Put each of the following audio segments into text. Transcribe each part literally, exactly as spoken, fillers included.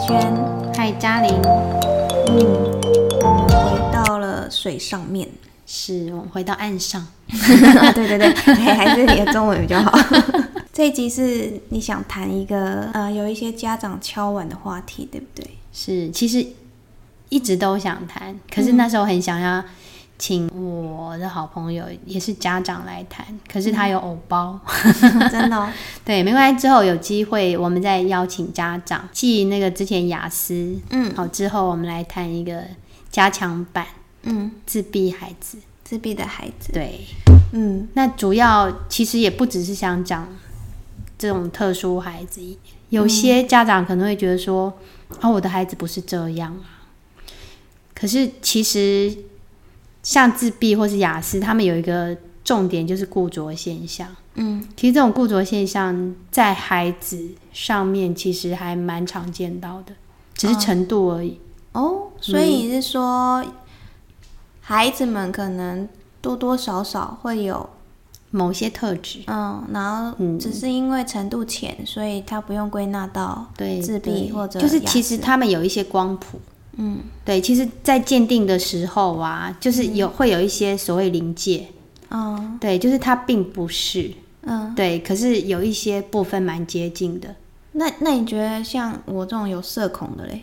轩， 嗨，嘉玲。 嗯，我们回到了水上面， 是我们回到岸上。 对对对，还是你的中文比较好。这一集是你想谈一个呃，有一些家长敲碗的话题，对不对？ 是，其实一直都想谈，可是那时候很想要请我的好朋友，也是家长来谈，可是他有偶包， 嗯、真的、哦。 对，没关系，之后有机会我们再邀请家长，继那个之前雅思， 嗯， 好，之后我们来谈一个加强版， 嗯， 自闭孩子， 自闭的孩子， 对， 嗯， 那主要其实也不只是想讲这种特殊孩子，有些家长可能会觉得说，哦，我的孩子不是这样啊，可是其实像自闭或是雅思，他们有一个重点就是固着现象。嗯，其实这种固着现象在孩子上面其实还蛮常见到的，只是程度而已。 哦，所以你是说，嗯、孩子们可能多多少少会有某些特质， 嗯，然后只是因为程度浅，嗯、所以他不用归纳到自闭或者就是其实他们有一些光谱。嗯，对，其实，在鉴定的时候啊，就是有、嗯、会有一些所谓临界，嗯，对，就是它并不是，嗯，对，可是有一些部分蛮接近的。 那那你觉得像我这种有社恐的嘞？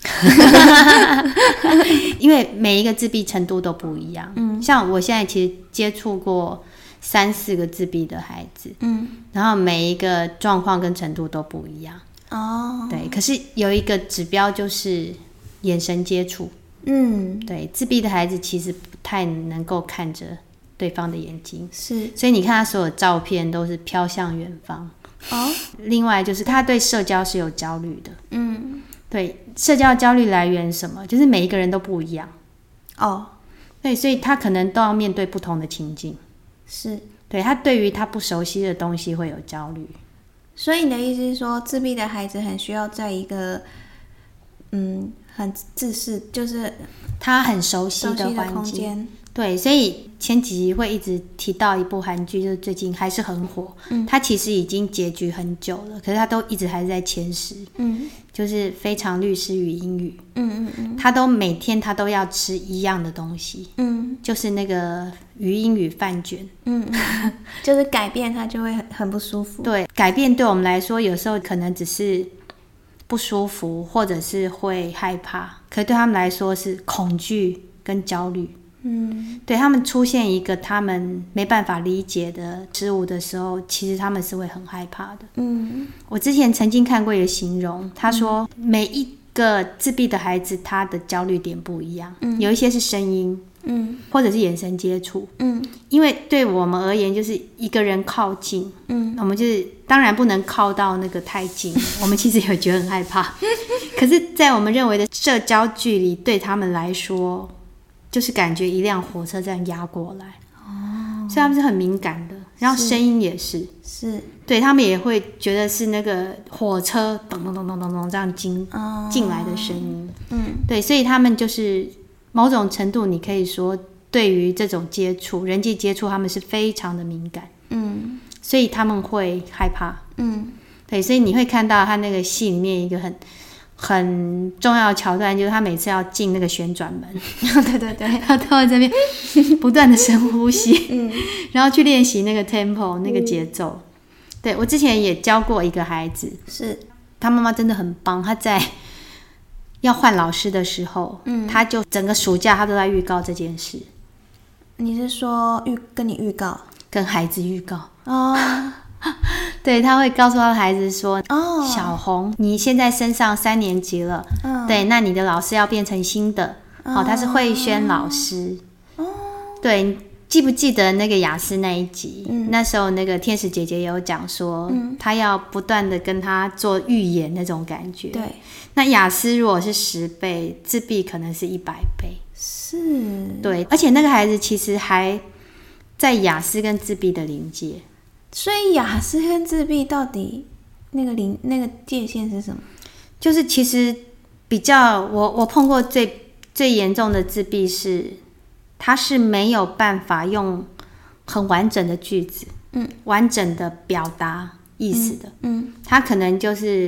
因为每一个自闭程度都不一样，嗯，像我现在其实接触过三四个自闭的孩子，嗯，然后每一个状况跟程度都不一样，哦，对，可是有一个指标就是眼神接触，嗯，对，自闭的孩子其实不太能够看着对方的眼睛， 是， 所以你看他所有照片都是飘向远方，哦，另外就是他对社交是有焦虑的，嗯，对，社交焦虑来源什么？就是每一个人都不一样，哦，对，所以他可能都要面对不同的情境， 是， 对，他对于他不熟悉的东西会有焦虑， 所以你的意思是说，自闭的孩子很需要在一个嗯。很自适，就是他很熟悉的环境。对，所以前几集会一直提到一部韩剧，就是最近还是很火。嗯，它其实已经结局很久了，可是它都一直还是在前十。嗯，就是《非常律师与英语》。嗯嗯嗯，他都每天他都要吃一样的东西。嗯，就是那个语英语饭卷。嗯嗯， 就是改变他就会很很不舒服。 对，改变对我们来说，有时候可能只是不舒服，或者是会害怕，可对他们来说是恐惧跟焦虑。嗯，对他们出现一个他们没办法理解的事物的时候，其实他们是会很害怕的。嗯，我之前曾经看过一个形容，他说每一个自闭的孩子，他的焦虑点不一样，嗯，有一些是声音，嗯，或者是眼神接触，嗯，因为对我们而言，就是一个人靠近，嗯，我们就是当然不能靠到那个太近，我们其实也觉得很害怕。可是，在我们认为的社交距离，对他们来说，就是感觉一辆火车这样压过来，哦，所以他们是很敏感的。然后声音也是， 是对他们也会觉得是那个火车咚咚咚咚咚咚这样进进来的声音，嗯，对，所以他们就是某种程度，你可以说对于这种接触、人际接触，他们是非常的敏感，嗯，所以他们会害怕，嗯，对，所以你会看到他那个戏里面一个很很重要的桥段，就是他每次要进那个旋转门， 对对对， 他都在这边不断的深呼吸，嗯，然后去练习那个 tempo 那个节奏。嗯，对，我之前也教过一个孩子， 是他妈妈真的很棒，他在要换老师的时候，嗯，他就整个暑假他都在预告这件事。 你是说预跟你预告， 跟孩子预告哦？对，他会告诉他的孩子说，哦，小红，你现在升上三年级了，嗯，对，那你的老师要变成新的，哦，他是慧萱老师，哦，对，记不记得那个雅思那一集？嗯，那时候那个天使姐姐有讲说，嗯，他要不断的跟他做预演那种感觉。 对， 那雅思如果是十倍，自闭可能是一百倍。 是， 对，而且那个孩子其实还在雅思跟自闭的临界。 所以雅思跟自闭到底那个临那个界限是什么？ 就是其实比较我我碰过最最严重的自闭是，他是没有办法用很完整的句子，嗯，完整的表达意思的，嗯，他可能就是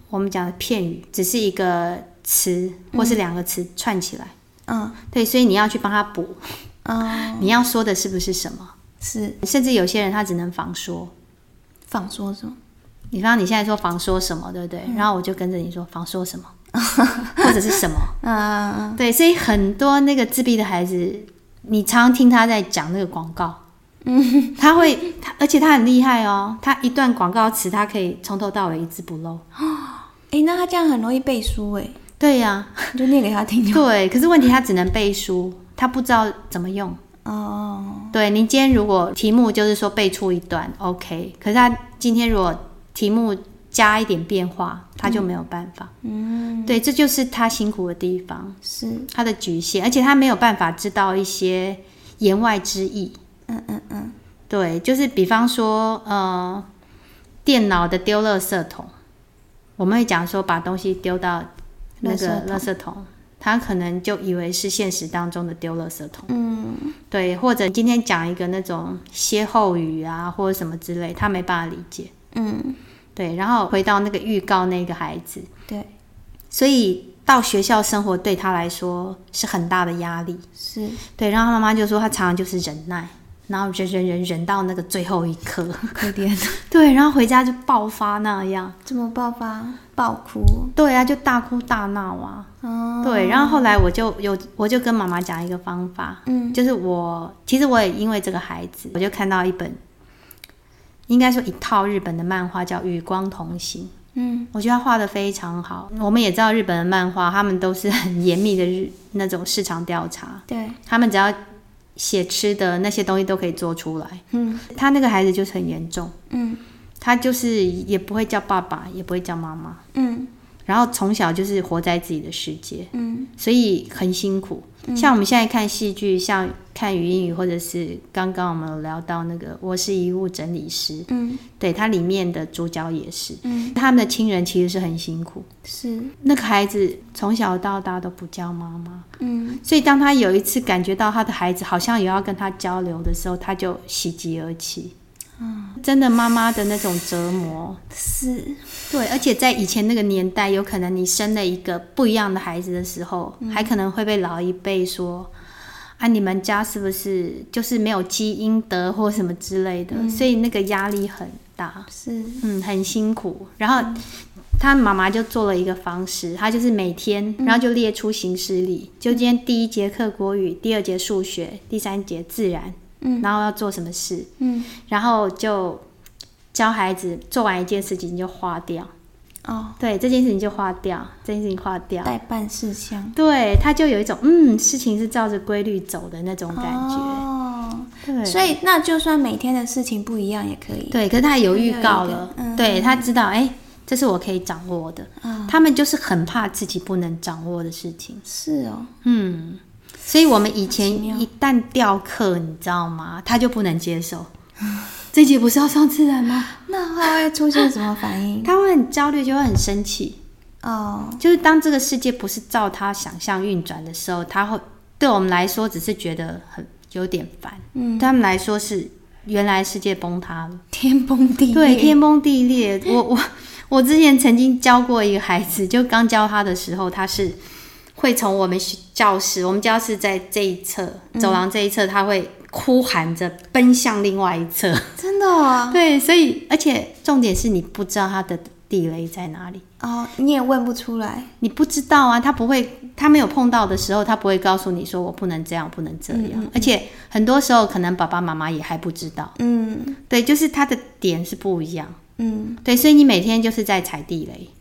我们讲的片语，只是一个词或是两个词串起来。嗯，对，所以你要去帮他补。哦，你要说的是不是什么？ 是， 甚至有些人他只能仿说。 仿说什么？ 比方你现在说仿说什么，对不对？嗯、然后我就跟着你说仿说什么，或者是什么。嗯，对，所以很多那个自闭的孩子，你常常听他在讲那个广告。嗯，他会，他而且他很厉害哦，他一段广告词，他可以从头到尾一字不漏。 哎、欸，那他这样很容易背书哎。 对呀、啊， 你就念给他听就好。 对，可是问题他只能背书，他不知道怎么用。哦，对，您今天如果题目就是说背出一段 ，OK， 可是他今天如果题目加一点变化，他就没有办法。嗯，对，这就是他辛苦的地方， 是他的局限，而且他没有办法知道一些言外之意。嗯嗯嗯，对，就是比方说，呃，电脑的丢垃圾桶，我们会讲说把东西丢到那个垃圾桶，他可能就以为是现实当中的丢垃圾桶。嗯，对，或者今天讲一个那种歇后语啊，或者什么之类，他没办法理解。嗯，对，然后回到那个预告那个孩子， 对， 所以到学校生活对他来说是很大的压力。 是， 对，然后他妈妈就说他常常就是忍耐。然后忍忍忍忍到那个最后一刻， 可怜。 对，然后回家就爆发那样。 怎么爆发？爆哭？ 对啊，就大哭大闹啊。哦。对，然后后来我就有，我就跟妈妈讲一个方法，嗯，就是我其实我也因为这个孩子，我就看到一本，应该说一套日本的漫画叫《与光同行》。嗯，我觉得他画得非常好。我们也知道日本的漫画，他们都是很严密的日那种市场调查。 对， 他们只要写吃的那些东西都可以做出来。嗯，他那个孩子就是很严重。嗯，他就是也不会叫爸爸，也不会叫妈妈。嗯，然后从小就是活在自己的世界。嗯，所以很辛苦。嗯、像我们现在看戏剧，像看语音语，或者是刚刚我们有聊到那个《我是遗物整理师》。嗯，对，它里面的主角也是。嗯，他们的亲人其实是很辛苦。 是， 那个孩子从小到大都不叫妈妈。嗯，所以当他有一次感觉到他的孩子好像有要跟他交流的时候，他就喜极而泣。嗯，真的妈妈的那种折磨。 是， 对，而且在以前那个年代，有可能你生了一个不一样的孩子的时候，嗯、还可能会被老一辈说啊，你们家是不是就是没有积阴德或什么之类的，嗯、所以那个压力很大。 是， 嗯，很辛苦。然后他妈妈就做了一个方式，他就是每天，然后就列出行事历，就今天第一节课国语，第二节数学，第三节自然。嗯，然后要做什么事，嗯，然后就教孩子做完一件事情就划掉，哦，对，这件事情就划掉，这件事情划掉， 代办事项， 对，他就有一种嗯，事情是照着规律走的那种感觉， 哦，对，所以那就算每天的事情不一样也可以， 对，可是他有预告了，嗯、对他知道，哎，这是我可以掌握的，嗯、他们就是很怕自己不能掌握的事情， 是哦， 嗯。所以我们以前一旦掉课，你知道吗？他就不能接受。这节不是要上自然吗？ 那他会出现什么反应？ 他会很焦虑，就会很生气。哦，就是当这个世界不是照他想象运转的时候，他会对我们来说只是觉得很有点烦。嗯，对他们来说是原来世界崩塌了， 天崩地裂。 对，天崩地裂。我我我之前曾经教过一个孩子，就刚教他的时候，他是。会从我们教室，我们教室在这一侧，走廊这一侧，他会哭喊着奔向另外一侧。 真的啊？ 对，所以而且重点是你不知道他的地雷在哪里哦，你也问不出来， 你不知道啊，他不会，他没有碰到的时候，他不会告诉你说我不能这样，不能这样。嗯嗯嗯，而且很多时候可能爸爸妈妈也还不知道。嗯，对，就是他的点是不一样。嗯，对，所以你每天就是在踩地雷。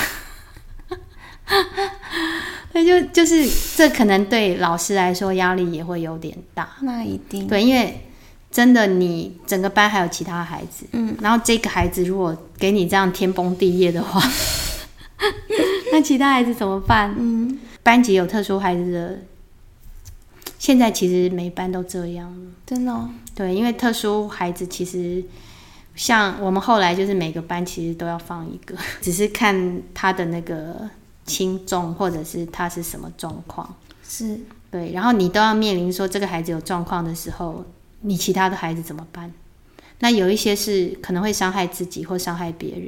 对，就就是这可能对老师来说压力也会有点大。 那一定。 对，因为真的你整个班还有其他孩子，嗯，然后这个孩子如果给你这样天崩地裂的话，那其他孩子怎么办？嗯，班级有特殊孩子的，现在其实每班都这样。 真的哦？ 对，因为特殊孩子其实像我们后来就是每个班其实都要放一个，只是看他的那个轻重，或者是他是什么状况， 是对，然后你都要面临说这个孩子有状况的时候，你其他的孩子怎么办？那有一些是可能会伤害自己或伤害别人，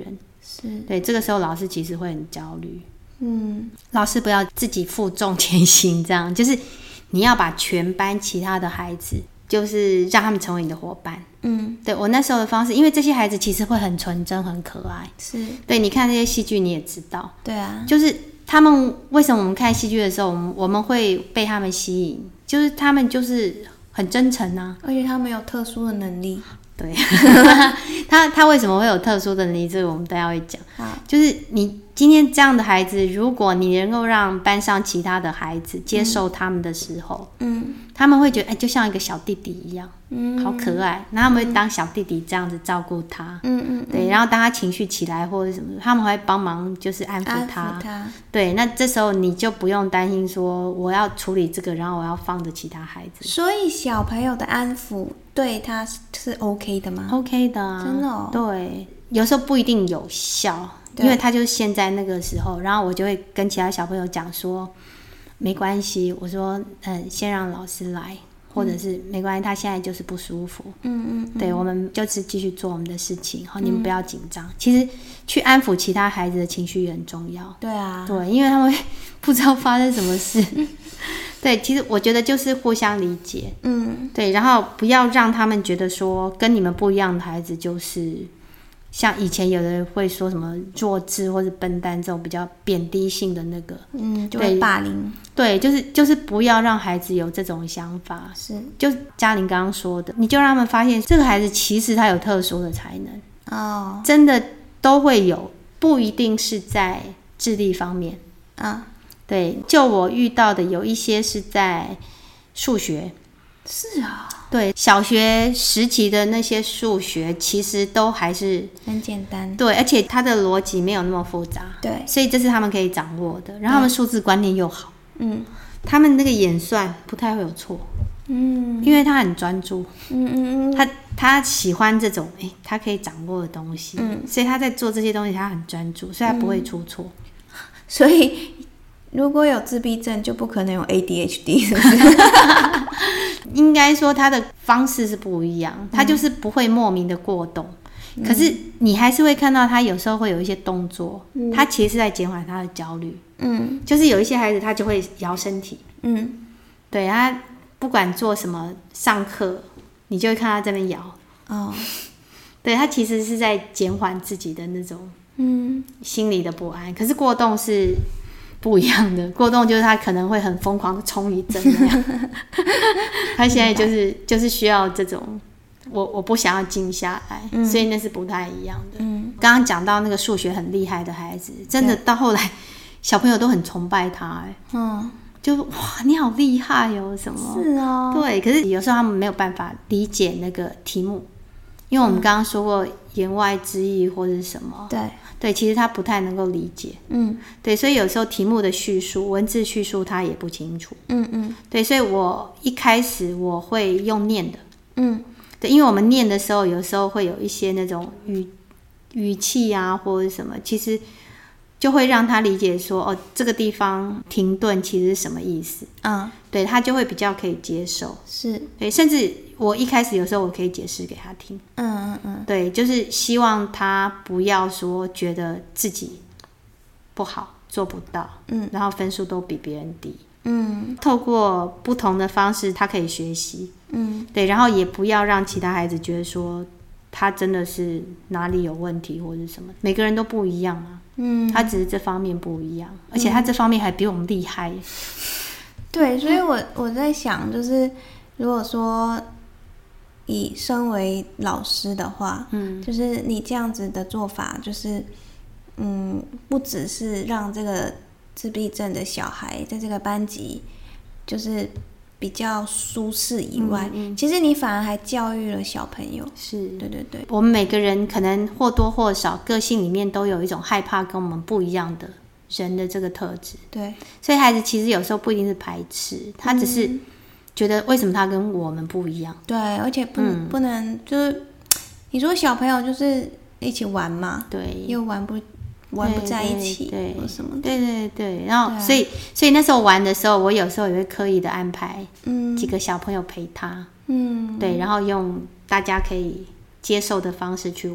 是， 对，这个时候老师其实会很焦虑。 嗯， 老师不要自己负重前行，这样就是你要把全班其他的孩子，就是让他们成为你的伙伴。 嗯， 对，我那时候的方式，因为这些孩子其实会很纯真、很可爱。 是， 对，你看这些戏剧你也知道， 对啊， 就是他们为什么我们看戏剧的时候，我们我们会被他们吸引，就是他们就是很真诚啊， 而且他们有特殊的能力。 对，他他为什么会有特殊的能力？这个我们待会会讲。就是你今天这样的孩子，如果你能够让班上其他的孩子接受他们的时候，嗯，他们会觉得哎、欸，就像一个小弟弟一样，嗯，好可爱。那他们会当小弟弟这样子照顾他，嗯嗯，对。然后当他情绪起来或者什么，他们会帮忙就是安抚他， 安抚他。对， 那这时候你就不用担心说我要处理这个，然后我要放着其他孩子。 所以小朋友的安抚对他是 OK 的吗 ？OK 的啊， 真的哦。 对，有时候不一定有效。因为他就是现在那个时候，然后我就会跟其他小朋友讲说，没关系，我说，嗯，先让老师来，或者是没关系，他现在就是不舒服，嗯嗯，对，我们就是继续做我们的事情，好，你们不要紧张。嗯、其实去安抚其他孩子的情绪也很重要， 对啊， 对，因为他们会不知道发生什么事，对，其实我觉得就是互相理解，嗯，对，然后不要让他们觉得说跟你们不一样的孩子就是。像以前有人会说什么弱智或者笨蛋这种比较贬低性的那个， 嗯，就会霸凌。 对，就是就是不要让孩子有这种想法。 是， 就嘉玲刚刚说的，你就让他们发现这个孩子其实他有特殊的才能哦， 真的都会有，不一定是在智力方面啊。对，就我遇到的有一些是在数学。 是啊， 对，小学时期的那些数学其实都还是很简单， 对，而且它的逻辑没有那么复杂， 对， 所以这是他们可以掌握的。然后他们数字观念又好，嗯，他们那个演算不太会有错，嗯，因为他很专注，嗯嗯嗯，他他喜欢这种哎、欸，他可以掌握的东西，嗯，所以他在做这些东西他很专注，所以他不会出错、嗯。 所以如果有自闭症，就不可能有 A D H D， 是不是？ 应该说他的方式是不一样，他就是不会莫名的过动、嗯、可是你还是会看到他有时候会有一些动作、嗯、他其实是在减缓他的焦虑，嗯，就是有一些孩子他就会摇身体，嗯，对，他不管做什么上课你就会看他这边摇，哦，对，他其实是在减缓自己的那种嗯心理的不安，可是过动是不一样的，过动就是他可能会很疯狂的冲一阵那样他现在就是就是需要这种我我不想要静下来、嗯、所以那是不太一样的。嗯，刚刚讲到那个数学很厉害的孩子，真的到后来小朋友都很崇拜他，哎，嗯，就哇你好厉害哦什么， 是哦， 对，可是有时候他们没有办法理解那个题目，因为我们刚刚说过言外之意或者是什么， 对对，其实他不太能够理解，嗯，对，所以有时候题目的叙述、文字叙述他也不清楚，嗯嗯，对，所以我一开始我会用念的，嗯，对，因为我们念的时候，有时候会有一些那种语语气啊或者什么，其实就会让他理解说，哦，这个地方停顿其实是什么意思，嗯，对，他就会比较可以接受， 是， 对，甚至我一开始有时候我可以解释给他听，嗯嗯嗯，对，就是希望他不要说觉得自己不好做不到，嗯，然后分数都比别人低，嗯，透过不同的方式他可以学习，嗯，对，然后也不要让其他孩子觉得说他真的是哪里有问题或者什么，每个人都不一样啊，嗯，他只是这方面不一样，而且他这方面还比我们厉害， 对，所以我我在想，就是如果说以身为老师的话，嗯，就是你这样子的做法，就是嗯，不只是让这个自闭症的小孩在这个班级就是比较舒适以外，嗯嗯，其实你反而还教育了小朋友， 是， 对对对， 我们每个人可能或多或少个性里面都有一种害怕跟我们不一样的人的这个特质， 对， 所以孩子其实有时候不一定是排斥，他只是觉得为什么他跟我们不一样， 对，而且不、嗯、不能就是你说小朋友就是一起玩嘛， 对， 又玩不玩不在一起， 对， 或什么的， 对对对，然后、啊、所以所以那时候玩的时候，我有时候也会刻意的安排几个小朋友陪他，嗯，对，然后用大家可以接受的方式去玩，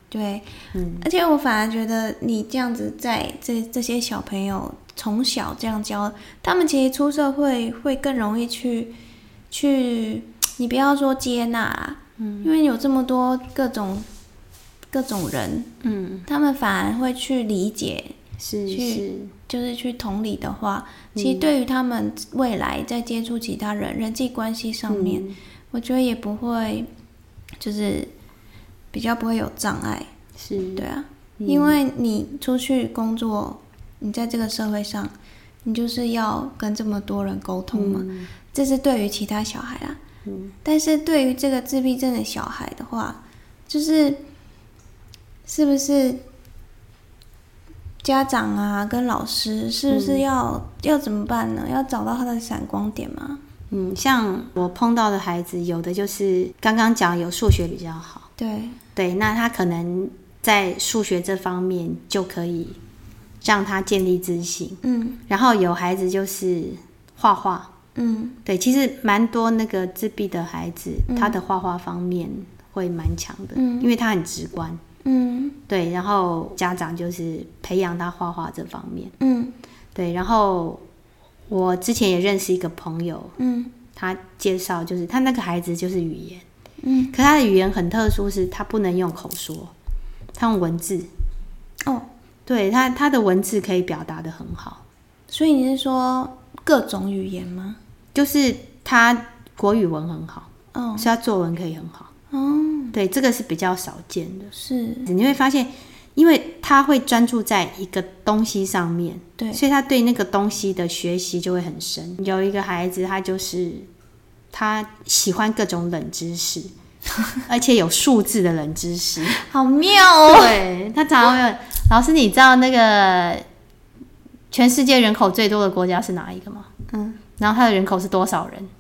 对，嗯，而且我反而觉得你这样子在这这些小朋友从小这样教，他们其实出社会会更容易去去，你不要说接纳啦，嗯，因为有这么多各种各种人，嗯，他们反而会去理解， 是去是， 就是去同理的话，其实对于他们未来在接触其他人、人际关系上面，嗯，我觉得也不会，就是比较不会有障碍。 是， 对啊，嗯，因为你出去工作，你在这个社会上，你就是要跟这么多人沟通嘛，嗯，这是对于其他小孩啦，嗯，但是对于这个自闭症的小孩的话，就是是不是家长啊跟老师是不是要，嗯，要怎么办呢？要找到他的闪光点吗？ 嗯，像我碰到的孩子，有的就是刚刚讲有数学比较好， 对对，那他可能在数学这方面就可以让他建立自信，嗯，然后有孩子就是画画，嗯，对，其实蛮多那个自闭的孩子，嗯，他的画画方面会蛮强的，嗯，因为他很直观，嗯，对，然后家长就是培养他画画这方面，嗯，对，然后我之前也认识一个朋友，嗯，他介绍就是他那个孩子就是语言，嗯，可他的语言很特殊，是他不能用口说，他用文字，哦，对，他他的文字可以表达得很好。 所以你是说各种语言吗？ 就是他国语文很好，哦，所以他作文可以很好，哦，对，这个是比较少见的。 是， 你会发现，因为他会专注在一个东西上面， 对， 所以他对那个东西的学习就会很深。有一个孩子，他就是他喜欢各种冷知识，而且有数字的冷知识， 好妙哦！ 对，他常常会问老师，你知道那个全世界人口最多的国家是哪一个吗？嗯，然后他的人口是多少人？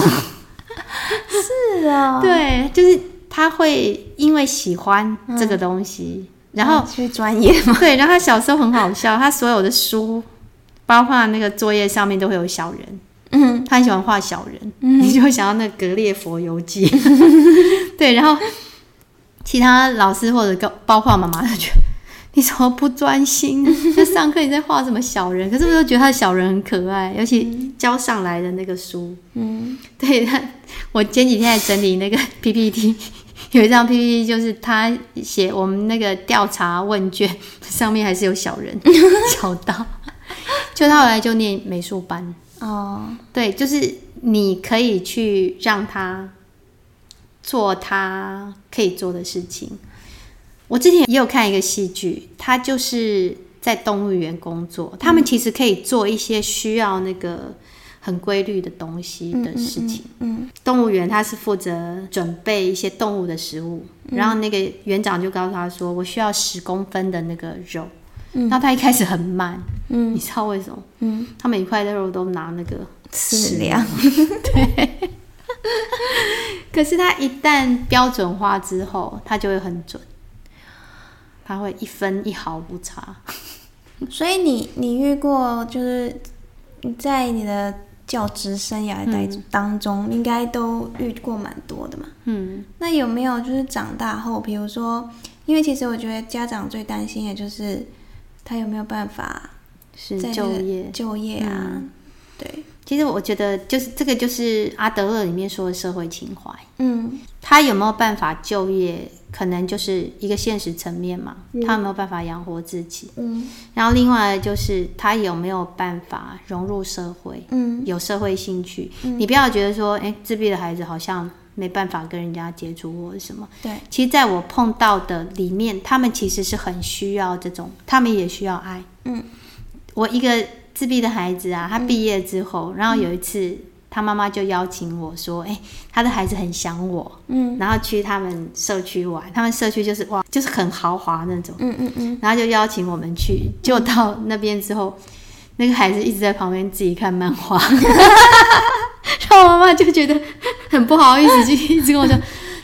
是啊， 对，就是他会因为喜欢这个东西，嗯，然后去专业嘛。 对，然后他小时候很好笑，他所有的书，包括那个作业上面都会有小人。嗯，他很喜欢画小人，嗯，你就会想到那个《格列佛游记》。对，然后其他老师或者包括妈妈就觉得你怎么不专心？在上课你在画什么小人？可是我都觉得他的小人很可爱，尤其交上来的那个书。嗯，对，他我前几天在整理那个 P P T。有一张 P P T 就是他写我们那个调查问卷上面还是有小人小到，就他后来就念美术班哦，对，就是你可以去让他做他可以做的事情。我之前也有看一个戏剧，他就是在动物园工作，他们其实可以做一些需要那个很规律的东西的事情。嗯嗯嗯、动物园他是负责准备一些动物的食物，嗯、然后那个园长就告诉他说：“我需要十公分的那个肉。嗯”然后他一开始很慢，嗯、你知道为什么？嗯、他每一块的肉都拿那个尺量， 对。可是他一旦标准化之后，他就会很准，他会一分一毫不差。 所以你你遇过就是在你的教职生涯当中，嗯、应该都遇过蛮多的嘛。嗯，那有没有就是长大后，比如说，因为其实我觉得家长最担心的就是他有没有办法是就业就业啊， 嗯、 对。 其实我觉得就是这个就是阿德勒里面说的社会情怀。嗯，他有没有办法就业，可能就是一个现实层面嘛，嗯、他有没有办法养活自己？嗯，然后另外就是他有没有办法融入社会？嗯，有社会兴趣。嗯、你不要觉得说，哎，自闭的孩子好像没办法跟人家接触或者什么。 对， 其实在我碰到的里面，他们其实是很需要这种，他们也需要爱。嗯，我一个自闭的孩子啊，他毕业之后，嗯、然后有一次他妈妈就邀请我说，哎，他的孩子很想我，嗯，然后去他们社区玩，他们社区就是哇，就是很豪华那种，嗯嗯嗯，然后就邀请我们去，就到那边之后，那个孩子一直在旁边自己看漫画，然后我妈妈就觉得很不好意思，就一直跟我说，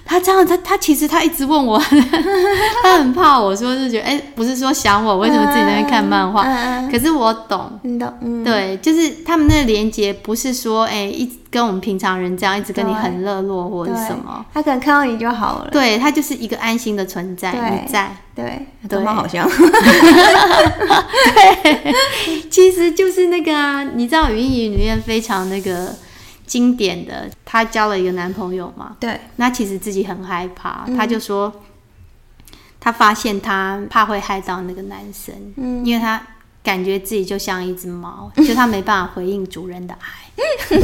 他这样，他他其实他一直问我，他很怕我说是觉得，哎、欸，不是说想我，为什么自己在那边看漫画？嗯嗯、可是我懂，你懂，嗯，对，就是他们那个连结不是说，哎、欸，一跟我们平常人这样一直跟你很热络或者什么， 他可能看到你就好了， 对，他就是一个安心的存在，你在， 对，对，好像， 对，其实就是那个啊，你知道《语音语》里面非常那个。经典的，她交了一个男朋友嘛？ 对。 那其实自己很害怕，她、嗯、就说，她发现她怕會害到那個男生，嗯，因為她感覺自己就像一隻貓，就她沒辦法回應主人的愛。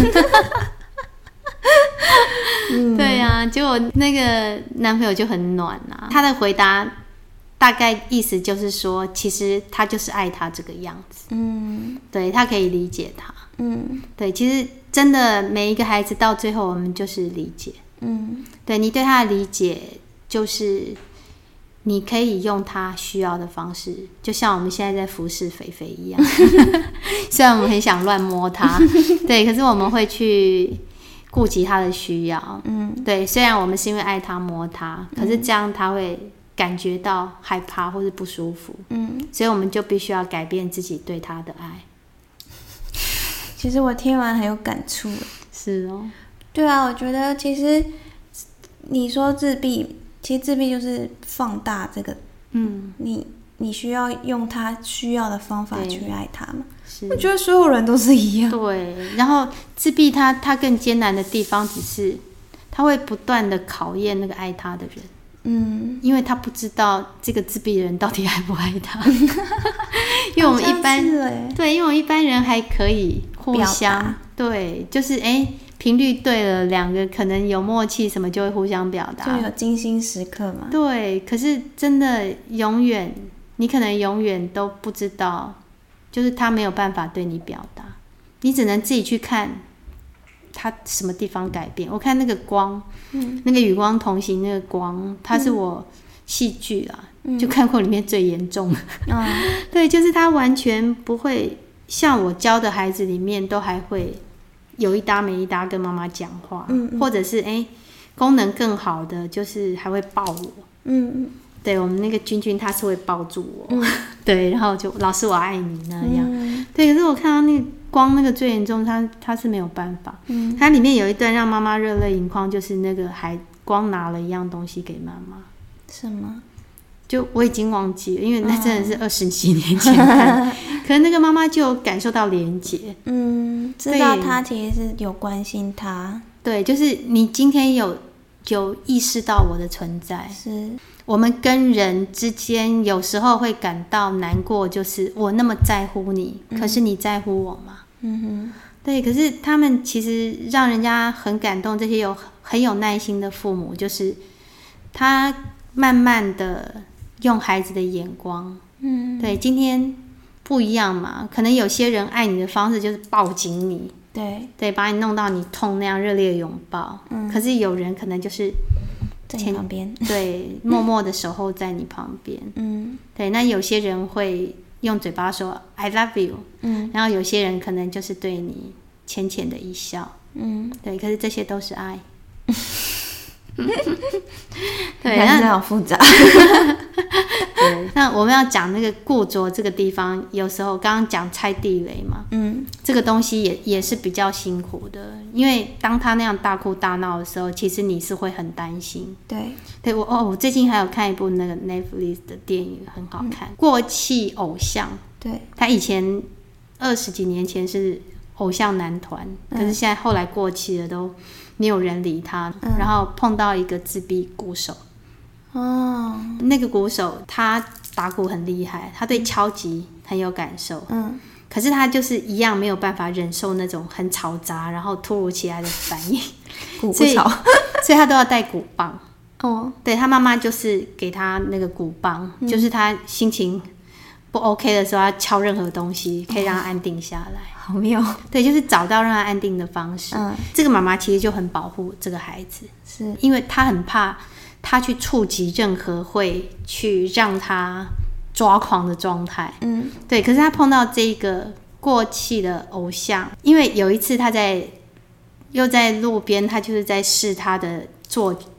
嗯、對啊，結果那個男朋友就很暖啊，他的回答大概意思就是說，其實他就是愛他這個樣子，嗯，對，他可以理解他，嗯，對，其實。真的每一個孩子到最後我們就是理解，嗯，對，你對他的理解就是你可以用他需要的方式，就像我們現在在服侍肥肥一樣雖然我們很想亂摸他對，可是我們會去顧及他的需要，嗯，對，雖然我們是因為愛他摸他，可是這樣他會感覺到害怕或是不舒服，嗯，所以我們就必須要改變自己對他的愛。 其實我聽完很有感觸。 是哦。 對啊，我覺得其實你說自閉，其實自閉就是放大這個，嗯，你你需要用他需要的方法去愛他嘛。我覺得所有人都是一樣。 對，然後自閉他他更艱難的地方只是，他會不斷的考驗那個愛他的人。嗯，因為他不知道這個自閉人到底愛不愛他，因為我們一般對，因為我們一般人還可以互相對，就是哎頻率對了，兩個可能有默契，什麼就會互相表達， 就有精心時刻嘛。 對，可是真的永遠，你可能永遠都不知道，就是他沒有辦法對你表達，你只能自己去看。它什麼地方改變？我看那個光，嗯、那個與光同行那個光，它是我戲劇啊、嗯，就看過裡面最嚴重的。嗯、對，就是它完全不會像我教的孩子裡面都還會有一搭沒一搭跟媽媽講話，嗯嗯或者是哎功能更好的就是還會抱我。嗯嗯，對我們那個君君他是會抱住我，嗯、對，然後就老師我愛你那樣。嗯、對，可是我看到那個。光那個最嚴重，他他是沒有辦法。嗯，它裡面有一段讓媽媽熱淚盈眶，就是那個還光拿了一樣東西給媽媽。 什麼？ 就我已經忘記了，因為那真的是二十幾年前看。哦、可是那個媽媽就感受到連結， 嗯，知道他其實是有關心他。 對，就是你今天有有意識到我的存在。 是。 我們跟人之間有時候會感到難過，就是我那麼在乎你，嗯、可是你在乎我嗎？嗯哼，對，可是他們其實讓人家很感動，這些有很有耐心的父母，就是他慢慢的用孩子的眼光，嗯，對，今天不一樣嘛，可能有些人愛你的方式就是抱緊你， 對， 對，把你弄到你痛那樣熱烈的擁抱，嗯，可是有人可能就是在你旁邊， 對，默默的守候在你旁邊，嗯，對，那有些人會用嘴巴說 I love you， 嗯，然後有些人可能就是對你淺淺的一笑，嗯，對，可是這些都是愛。 對，還是好複雜。 對，那我們要講那個固着這個地方，有時候剛剛講拆地雷嘛，嗯，這個東西也也是比較辛苦的，因為當他那樣大哭大鬧的時候，其實你是會很擔心。 對， 對我哦，我最近還有看一部那個 Netflix 的電影，很好看，嗯，過氣偶像。對，他以前二十幾年前是偶像男團，嗯，可是現在後來過氣了都。沒有人理他，嗯，然後碰到一個自閉鼓手。哦，那個鼓手他打鼓很厲害，他對敲擊很有感受。嗯，可是他就是一樣沒有辦法忍受那種很嘈雜，然後突如其來的反應。 鼓不吵， 所以他都要帶鼓棒。哦，對，他媽媽就是給他那個鼓棒，嗯，就是他心情不 OK 的時候，他敲任何東西可以讓他安定下來。 好妙， 對，就是找到讓他安定的方式。嗯，這個媽媽其實就很保護這個孩子，是因為她很怕他去觸及任何會去讓他抓狂的狀態。嗯，對。可是他碰到這個過氣的偶像，因為有一次他在又在路邊，他就是在試他的作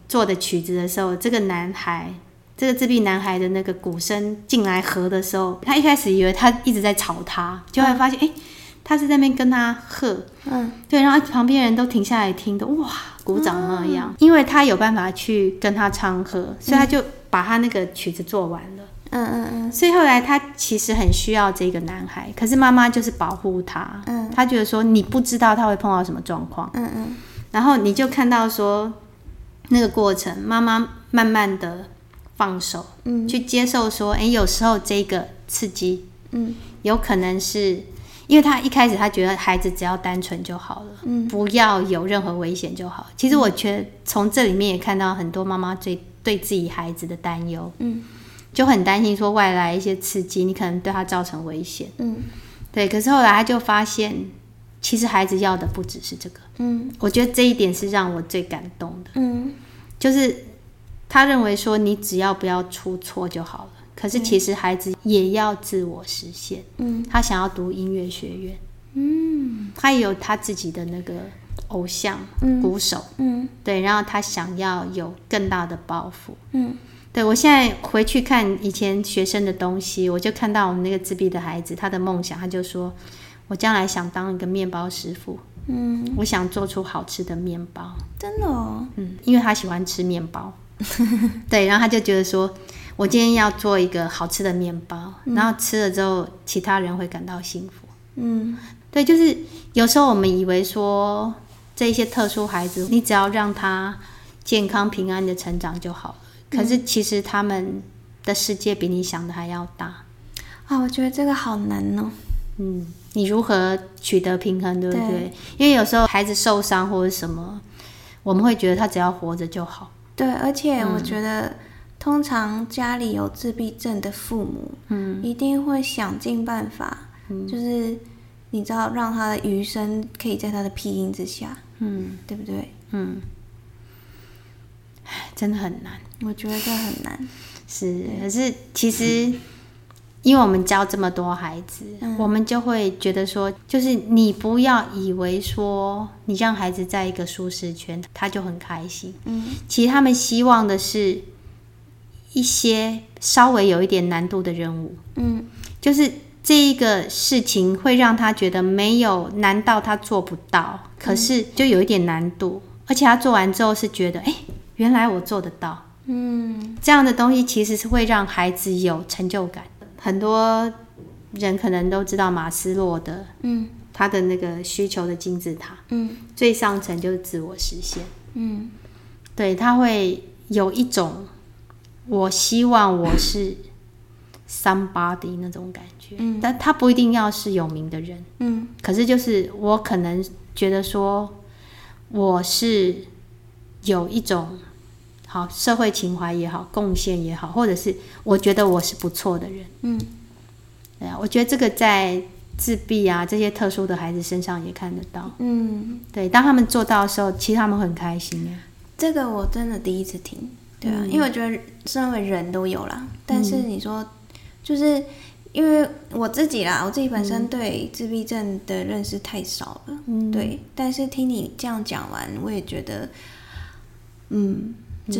做的曲子的时候，这个男孩这个自闭男孩的那个鼓声进来和的时候，他一开始以为他一直在吵他，就会发现哎、嗯，他是在那边跟他和，嗯，对，然后旁边人都停下来听的，哇，鼓掌那样、嗯，因为他有办法去跟他唱和，所以他就把他那个曲子做完了。嗯嗯嗯，所以后来他其实很需要这个男孩，可是妈妈就是保护他，嗯，他觉得说你不知道他会碰到什么状况，嗯嗯，然后你就看到说那个过程，妈妈慢慢的放手，嗯，去接受说，哎，有时候这个刺激，嗯，有可能是因为他一开始他觉得孩子只要单纯就好了，嗯，不要有任何危险就好。其实我觉得从这里面也看到很多妈妈对对自己孩子的担忧，嗯。就很担心说外来一些刺激，你可能对他造成危险。嗯，对。可是后来他就发现，其实孩子要的不只是这个。嗯，我觉得这一点是让我最感动的。嗯，就是他认为说你只要不要出错就好了。可是其实孩子也要自我实现。嗯，他想要读音乐学院。嗯，他也有他自己的那个偶像、嗯、鼓手。嗯，对。然后他想要有更大的抱负。嗯。对，我现在回去看以前学生的东西，我就看到我们那个自闭的孩子，他的梦想，他就说我将来想当一个面包师傅，嗯，我想做出好吃的面包。 真的哦？ 嗯，因为他喜欢吃面包。对，然后他就觉得说我今天要做一个好吃的面包，嗯，然后吃了之后其他人会感到幸福。嗯，对，就是有时候我们以为说这些特殊孩子，你只要让他健康平安的成长就好了。可是其实他们的世界比你想的还要大啊！我觉得这个好难哦。 嗯，你如何取得平衡，对不对？对，因为有时候孩子受伤或者什么，我们会觉得他只要活着就好。 对，而且我觉得，嗯，通常家里有自闭症的父母，嗯，一定会想尽办法，嗯，就是你知道，让他的余生可以在他的庇荫之下，嗯，对不对？ 嗯。真的很难， 我觉得很难。 是，可是其实，因为我们教这么多孩子，嗯，我们就会觉得说，就是你不要以为说，你让孩子在一个舒适圈，他就很开心。嗯，其实他们希望的是一些稍微有一点难度的任务。嗯，就是这一个事情会让他觉得没有难到他做不到，可是就有一点难度，而且他做完之后是觉得，哎，原来我做得到。嗯，这样的东西其实是会让孩子有成就感。很多人可能都知道马斯洛的，嗯，他的那个需求的金字塔，嗯，最上层就是自我实现。嗯，对，他会有一种我希望我是 somebody 那种感觉。嗯，但他不一定要是有名的人。嗯，可是就是我可能觉得说我是有一种好社会情怀也好，贡献也好，或者是我觉得我是不错的人。嗯，对啊，我觉得这个在自闭啊这些特殊的孩子身上也看得到。嗯，对，当他们做到的时候，其实他们很开心耶。 这个我真的第一次听，对啊，嗯，因为我觉得身为人都有啦，但是你说，嗯，就是因为我自己啦，我自己本身对自闭症的认识太少了，嗯，对，但是听你这样讲完，我也觉得，嗯。就是、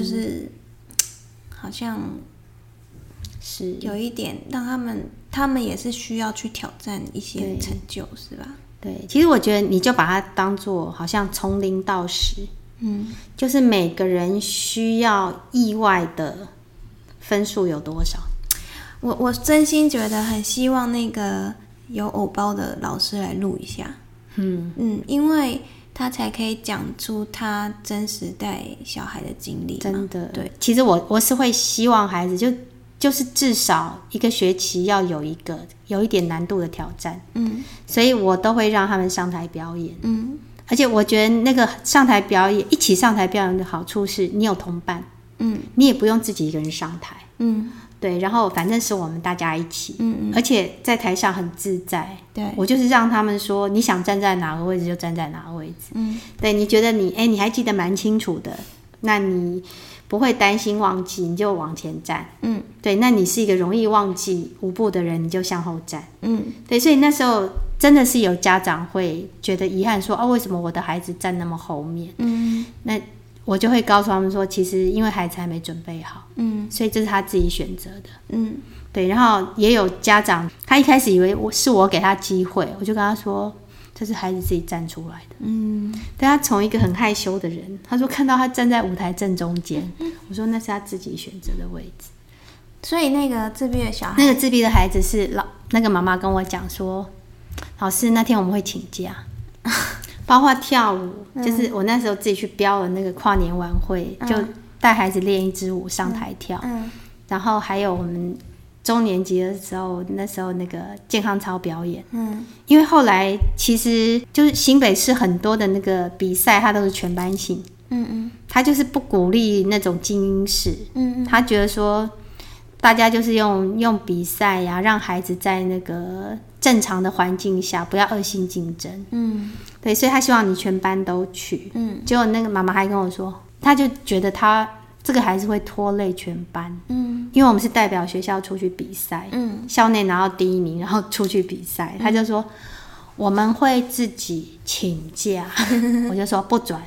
嗯、好像是有一点让他们他们也是需要去挑战一些成就，是吧？ 对，其实我觉得你就把它当作好像从零到十，嗯，就是每个人需要意外的分数有多少。 我我真心觉得很希望那个有偶包的老师来录一下，嗯嗯，因为他才可以讲出他真实带小孩的经历嘛。 真的， 对。 其实我我是会希望孩子就就是至少一个学期要有一个有一点难度的挑战，嗯，所以我都会让他们上台表演，嗯，而且我觉得那个上台表演一起上台表演的好处是你有同伴，嗯，你也不用自己一个人上台，嗯。对，然后反正是我们大家一起，嗯嗯，而且在台上很自在。对，我就是让他们说，你想站在哪个位置就站在哪个位置。嗯，对，你觉得你哎，你还记得蛮清楚的，那你不会担心忘记，你就往前站。嗯，对，那你是一个容易忘记舞步的人，你就向后站。嗯，对，所以那时候真的是有家长会觉得遗憾说，啊，为什么我的孩子站那么后面？嗯，那我就会告诉他们说，其实因为孩子还没准备好，嗯，所以这是他自己选择的，嗯，对。然后也有家长，他一开始以为我是我给他机会，我就跟他说，这是孩子自己站出来的，嗯。但他从一个很害羞的人，他说看到他站在舞台正中间，我说那是他自己选择的位置。 所以那个自闭的小孩， 那个自闭的孩子是老那个妈妈跟我讲说，老师那天我们会请假。包括跳舞，嗯、就是我那时候自己去标了那个跨年晚会，嗯、就带孩子练一支舞上台跳，嗯嗯、然后还有我们中年级的时候，那时候那个健康操表演，嗯，因为后来其实就是新北市很多的那个比赛，它都是全班性，嗯嗯，他就是不鼓励那种精英式，嗯嗯，他觉得说大家就是用用比赛呀、啊，让孩子在那个正常的环境下不要恶性竞争，嗯。对，所以他希望你全班都去。嗯，结果那个妈妈还跟我说，他就觉得他这个孩子会拖累全班。嗯，因为我们是代表学校出去比赛，嗯，校内拿到第一名，然后出去比赛，嗯、他就说我们会自己请假。我就说不准，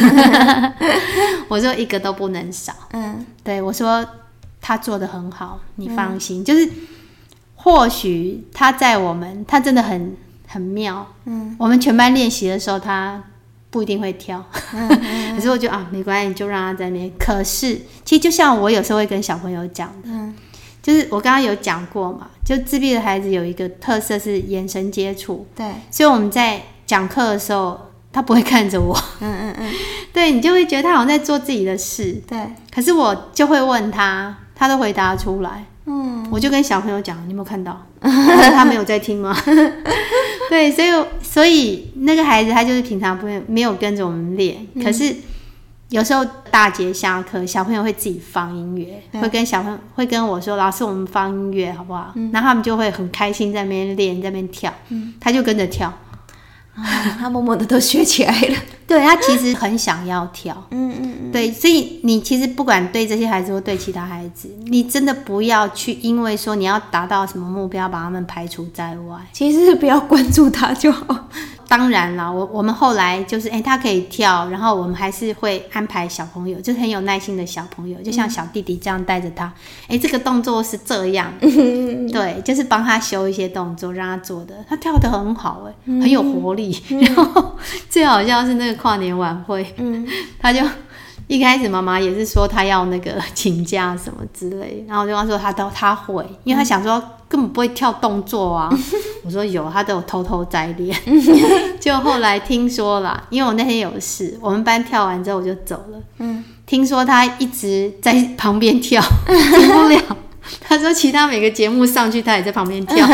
我说一个都不能少。嗯，对，我说他做得很好，你放心。嗯、就是或许他在我们，他真的很。很妙，嗯，我们全班练习的时候，他不一定会跳，嗯嗯、可是我觉得啊，没关系，就让他在那边。可是，其实就像我有时候会跟小朋友讲的，嗯，就是我刚刚有讲过嘛，就自闭的孩子有一个特色是眼神接触，对，所以我们在讲课的时候，他不会看着我，嗯嗯嗯，对你就会觉得他好像在做自己的事，对，可是我就会问他，他都回答出来。嗯，我就跟小朋友讲，你有没有看到？他没有在听吗？对，所以所以那个孩子他就是平常不会没有跟着我们练，嗯、可是有时候大节下课，小朋友会自己放音乐，会跟小朋友会跟我说，老师我们放音乐好不好？嗯、然后他们就会很开心在那边练，在那边跳，嗯、他就跟着跳。 哦、他默默的都学起来了。 对，他其实很想要跳，嗯嗯嗯，对，所以你其实不管对这些孩子或对其他孩子，你真的不要去因为说你要达到什么目标，把他们排除在外。 其实不要关注他就好。 当然啦，我我们后来就是，哎、欸，他可以跳，然后我们还是会安排小朋友，就是很有耐心的小朋友，就像小弟弟这样带着他，哎、欸，这个动作是这样，对，就是帮他修一些动作，让他做的，他跳得很好、欸，哎，很有活力。嗯、然后最好笑是那个跨年晚会，嗯，他就一开始妈妈也是说他要那个请假什么之类，然后我就跟他说他都他会，因为他想说根本不会跳动作啊。我说有，他都有偷偷在练。就后来听说啦，因为我那天有事，我们班跳完之后我就走了。嗯，听说他一直在旁边跳，停不了。他说其他每个节目上去，他也在旁边跳。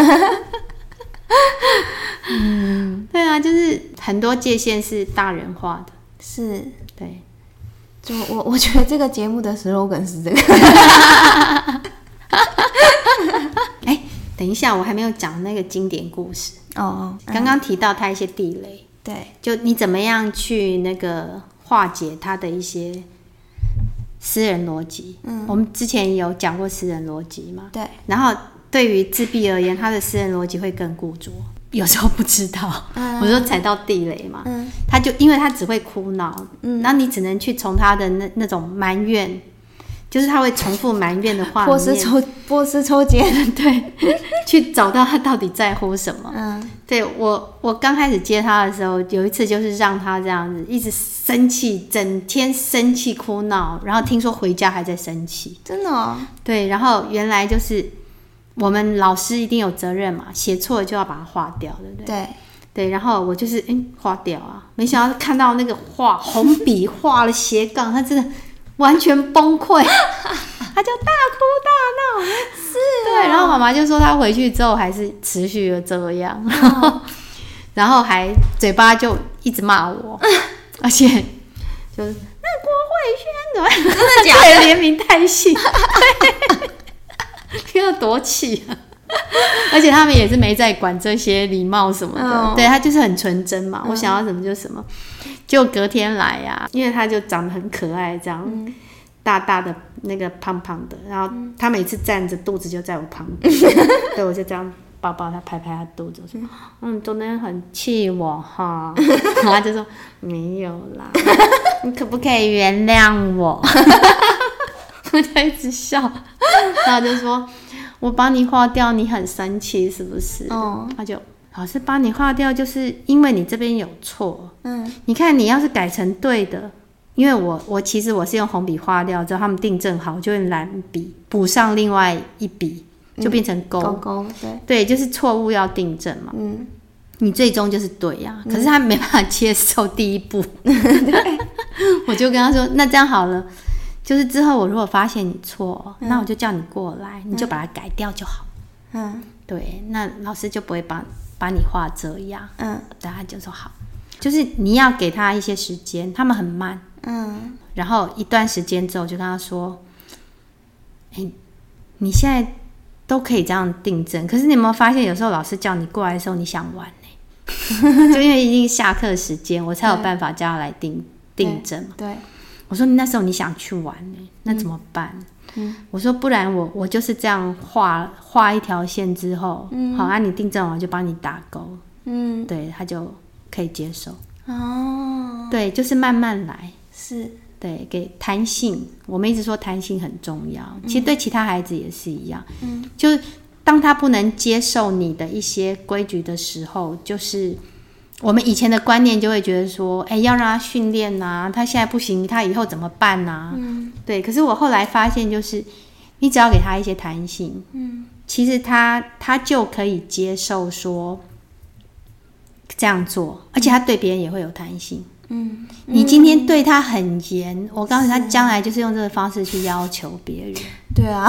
嗯，对啊，就是很多界限是大人化的， 是， 对。 就我我觉得这个节目的 slogan 是这个。 哎、欸，等一下，我还没有讲那个经典故事哦。刚刚提到它一些地雷， 对， 就你怎么样去那个化解它的一些私人逻辑。嗯，我们之前有讲过私人逻辑嘛？对。然后对于自闭而言，他的私人逻辑会更固着。有时候不知道，嗯、我说踩到地雷嘛，嗯、他就因为他只会哭闹，嗯，然后你只能去从他的那那种埋怨，就是他会重复埋怨的话里面，波斯抽波斯抽检， 对，去找到他到底在乎什么。嗯，对我我刚开始接他的时候，有一次就是让他这样子一直生气，整天生气哭闹，然后听说回家还在生气， 真的哦， 对，然后原来就是。我们老师一定有责任嘛，写错了就要把它划掉，对不对？对对，然后我就是哎划掉啊，没想到看到那个画红笔画了斜杠，他真的完全崩溃，他就大哭大闹，是、啊，对，然后妈妈就说他回去之后还是持续的这样，哦、然後还嘴巴就一直骂我，而且就是那郭慧萱怎么真的假的连名带姓，对。要多气啊！而且他们也是没在管这些礼貌什么的，哦、对他就是很纯真嘛，嗯、我想要什么就什么。就隔天来呀、啊，因为他就长得很可爱，这样、嗯、大大的那个胖胖的，然后他每次站着肚子就在我旁边，对我就这样抱抱他，拍拍他肚子，我说嗯，昨天很气我哈，然后他就说没有啦，你可不可以原谅我？我就一直笑，然后就说我帮你画掉，你很生气是不是？哦，他就老师帮你画掉，就是因为你这边有错。嗯，你看你要是改成对的，因为我我其实我是用红笔画掉之后，他们订正好，就用蓝笔补上另外一笔，就变成勾、嗯、勾勾，对对，就是错误要订正嘛。嗯，你最终就是对呀、啊，可是他没办法接受第一步。对，我就跟他说，那这样好了。就是之后我如果发现你错、嗯，那我就叫你过来，你就把它改掉就好。嗯，对，那老师就不会把把你画这样。嗯，对，他就说好，就是你要给他一些时间，他们很慢。嗯，然后一段时间之后，就跟他说，哎，你现在都可以这样订正，可是你有没有发现，有时候老师叫你过来的时候，你想玩呢？就因为已经下课时间，我才有办法叫他来订订正嘛。对。我说那时候你想去玩呢，那怎么办？嗯、我说不然我我就是这样画画一条线之后，嗯、好，啊你订正完就帮你打勾，嗯，对，他就可以接受。哦，对，就是慢慢来，是，对，给弹性。我们一直说弹性很重要，嗯、其实对其他孩子也是一样，嗯，就是当他不能接受你的一些规矩的时候，就是。我们以前的观念就会觉得说，哎、欸，要让他训练啊，他现在不行，他以后怎么办啊？嗯，对。可是我后来发现，就是你只要给他一些弹性，嗯，其实他他就可以接受说这样做，而且他对别人也会有弹性。嗯，你今天对他很严，我告诉他，将来就是用这个方式去要求别人。 对啊。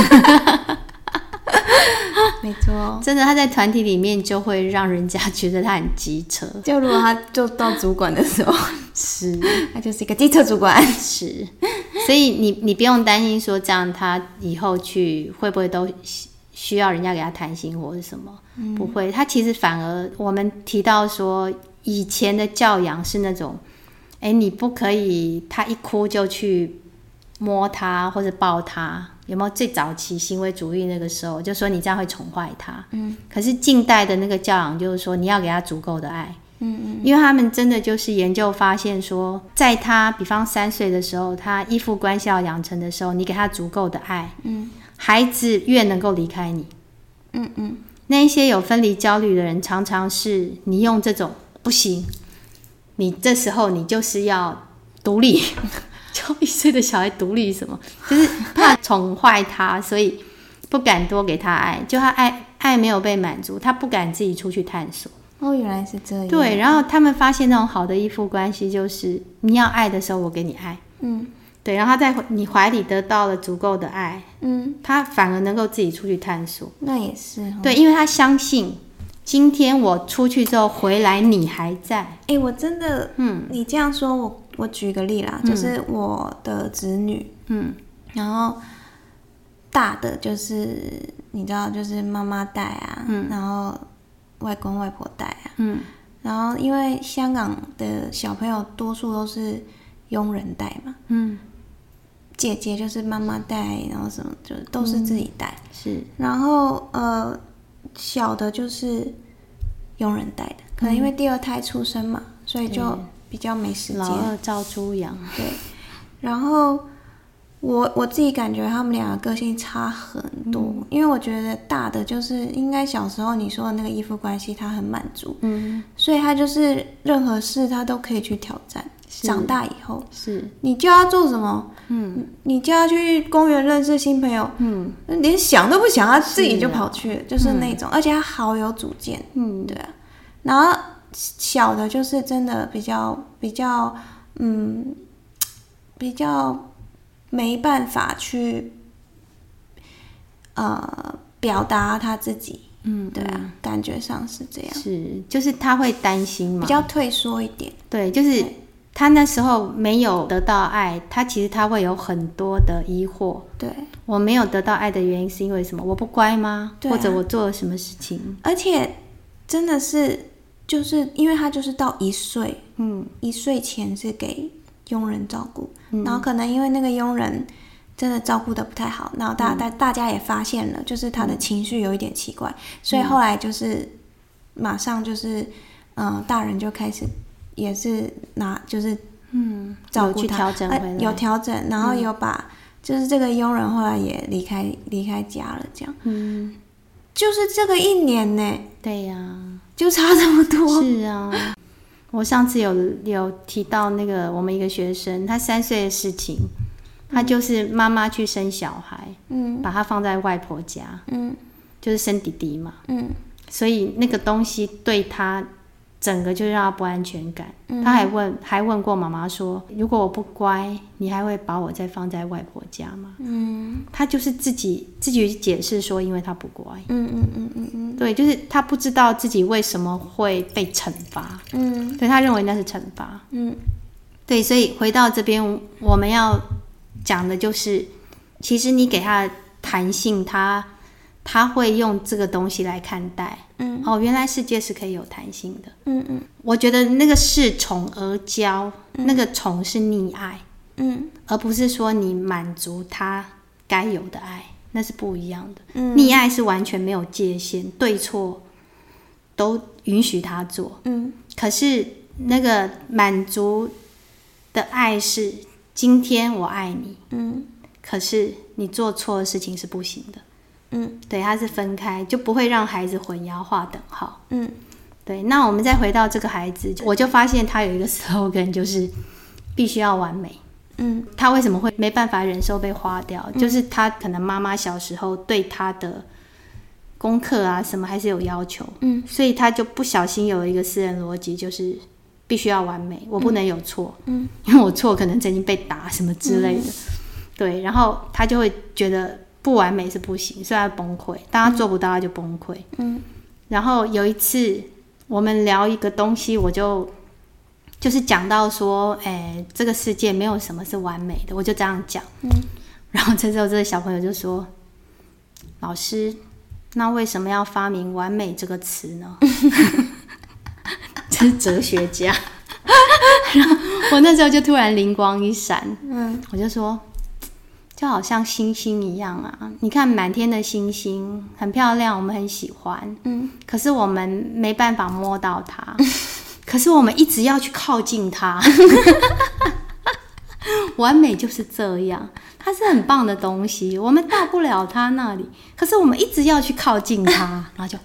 没错， 真的，他在团体里面就会让人家觉得他很机车。 就如果他就到主管的时候，是，他就是一个机车主管。 是，所以你你不用担心说这样他以后去会不会都需要人家给他弹性或者什么、嗯？不会，他其实反而我们提到说以前的教养是那种，哎，你不可以他一哭就去摸他或者抱他。有没有最早期行为主义那个时候就说你这样会宠坏他，嗯，可是近代的那个教养就是说你要给他足够的爱，嗯嗯，因为他们真的就是研究发现说，在他比方三岁的时候，他依附关系要养成的时候，你给他足够的爱，嗯，孩子越能够离开你，嗯嗯，那一些有分离焦虑的人，常常是你用这种不行，你这时候你就是要独立。就一岁的小孩独立什么，就是怕宠坏他，所以不敢多给他爱。就他爱爱没有被满足，他不敢自己出去探索。 哦，原来是这样。 对，然后他们发现那种好的依附关系，就是你要爱的时候，我给你爱。嗯，对，然后他在你怀里得到了足够的爱，嗯，他反而能够自己出去探索。 那也是、哦。 对，因为他相信。今天我出去之后回来，你还在。哎、 欸，我真的，嗯，你这样说，我我举个例啦，嗯、就是我的子女，嗯，然后大的就是你知道，就是妈妈带啊，嗯，然后外公外婆带啊，嗯，然后因为香港的小朋友多数都是佣人带嘛，嗯，姐姐就是妈妈带，然后什么就都是自己带、嗯，是，然后呃。小的就是佣人带的，可能因为第二胎出生嘛，嗯、所以就比较没时间。 老二照猪养。 对，然后我我自己感觉他们两个个性差很多、嗯，因为我觉得大的就是应该小时候你说的那个依附关系，他很满足，嗯，所以他就是任何事他都可以去挑战。长大以后，是你叫他做什么？嗯，你叫他去公园认识新朋友，嗯，连想都不想，他自己就跑去了，是、啊、就是那种、嗯，而且他好有主见，嗯，对啊。然后小的就是真的比较比较，嗯，比较没办法去呃表达他自己，嗯，对啊，感觉上是这样， 是就是他会担心嘛， 比较退缩一点， 对，就是。他那时候没有得到爱，他其实他会有很多的疑惑。对，我没有得到爱的原因是因为什么？我不乖吗？对啊、或者我做了什么事情？ 而且真的是，就是因为他就是到一岁，嗯，一岁前是给佣人照顾、嗯，然后可能因为那个佣人真的照顾的不太好，然后大大、嗯、大家也发现了，就是他的情绪有一点奇怪，嗯、所以后来就是马上就是，嗯、呃，大人就开始也是拿就是嗯照顾他， 有去调整回来、 呃，有调整，然后有把、嗯、就是这个佣人后来也离开离开家了，这样，嗯，就是这个一年呢， 对呀、啊， 就差这么多， 是啊。我上次有有提到那个我们一个学生，他三岁的事情，他就是妈妈去生小孩，嗯，把他放在外婆家，嗯，就是生弟弟嘛，嗯，所以那个东西对他整个就让他不安全感。嗯、他还问还问过妈妈说，如果我不乖，你还会把我再放在外婆家吗？嗯，他就是自己自己解释说，因为他不乖。嗯嗯嗯嗯嗯，对，就是他不知道自己为什么会被惩罚。嗯，对，他认为那是惩罚。嗯，对，所以回到这边，我们要讲的就是，其实你给他的弹性，他他会用这个东西来看待。嗯，哦，原来世界是可以有弹性的。嗯嗯，我觉得那个是宠而骄，嗯、那个宠是溺爱，嗯，而不是说你满足他该有的爱，那是不一样的。嗯，溺爱是完全没有界限，对错都允许他做。嗯，可是那个满足的爱是今天我爱你，嗯，可是你做错的事情是不行的。嗯，对，它是分开，就不会让孩子混淆划等号。嗯，对。那我们再回到这个孩子，我就发现他有一个 slogan， 就是必须要完美。嗯，他为什么会没办法忍受被花掉？嗯、就是他可能妈妈小时候对他的功课啊什么还是有要求。嗯，所以他就不小心有一个私人逻辑，就是必须要完美，我不能有错。嗯，因为我错可能曾经被打什么之类的。嗯、对，然后他就会觉得不完美是不行，所以他崩溃。当他做不到，他就崩溃。嗯，然后有一次我们聊一个东西，我就就是讲到说，哎，这个世界没有什么是完美的，我就这样讲。嗯，然后这时候这个小朋友就说：“老师，那为什么要发明完美这个词呢？”这是哲学家。然后我那时候就突然灵光一闪，嗯，我就说，就好像星星一样啊，你看满天的星星很漂亮，我们很喜欢，嗯，可是我们没办法摸到它，可是我们一直要去靠近它。完美就是这样，它是很棒的东西，我们到不了它那里，可是我们一直要去靠近它，然后就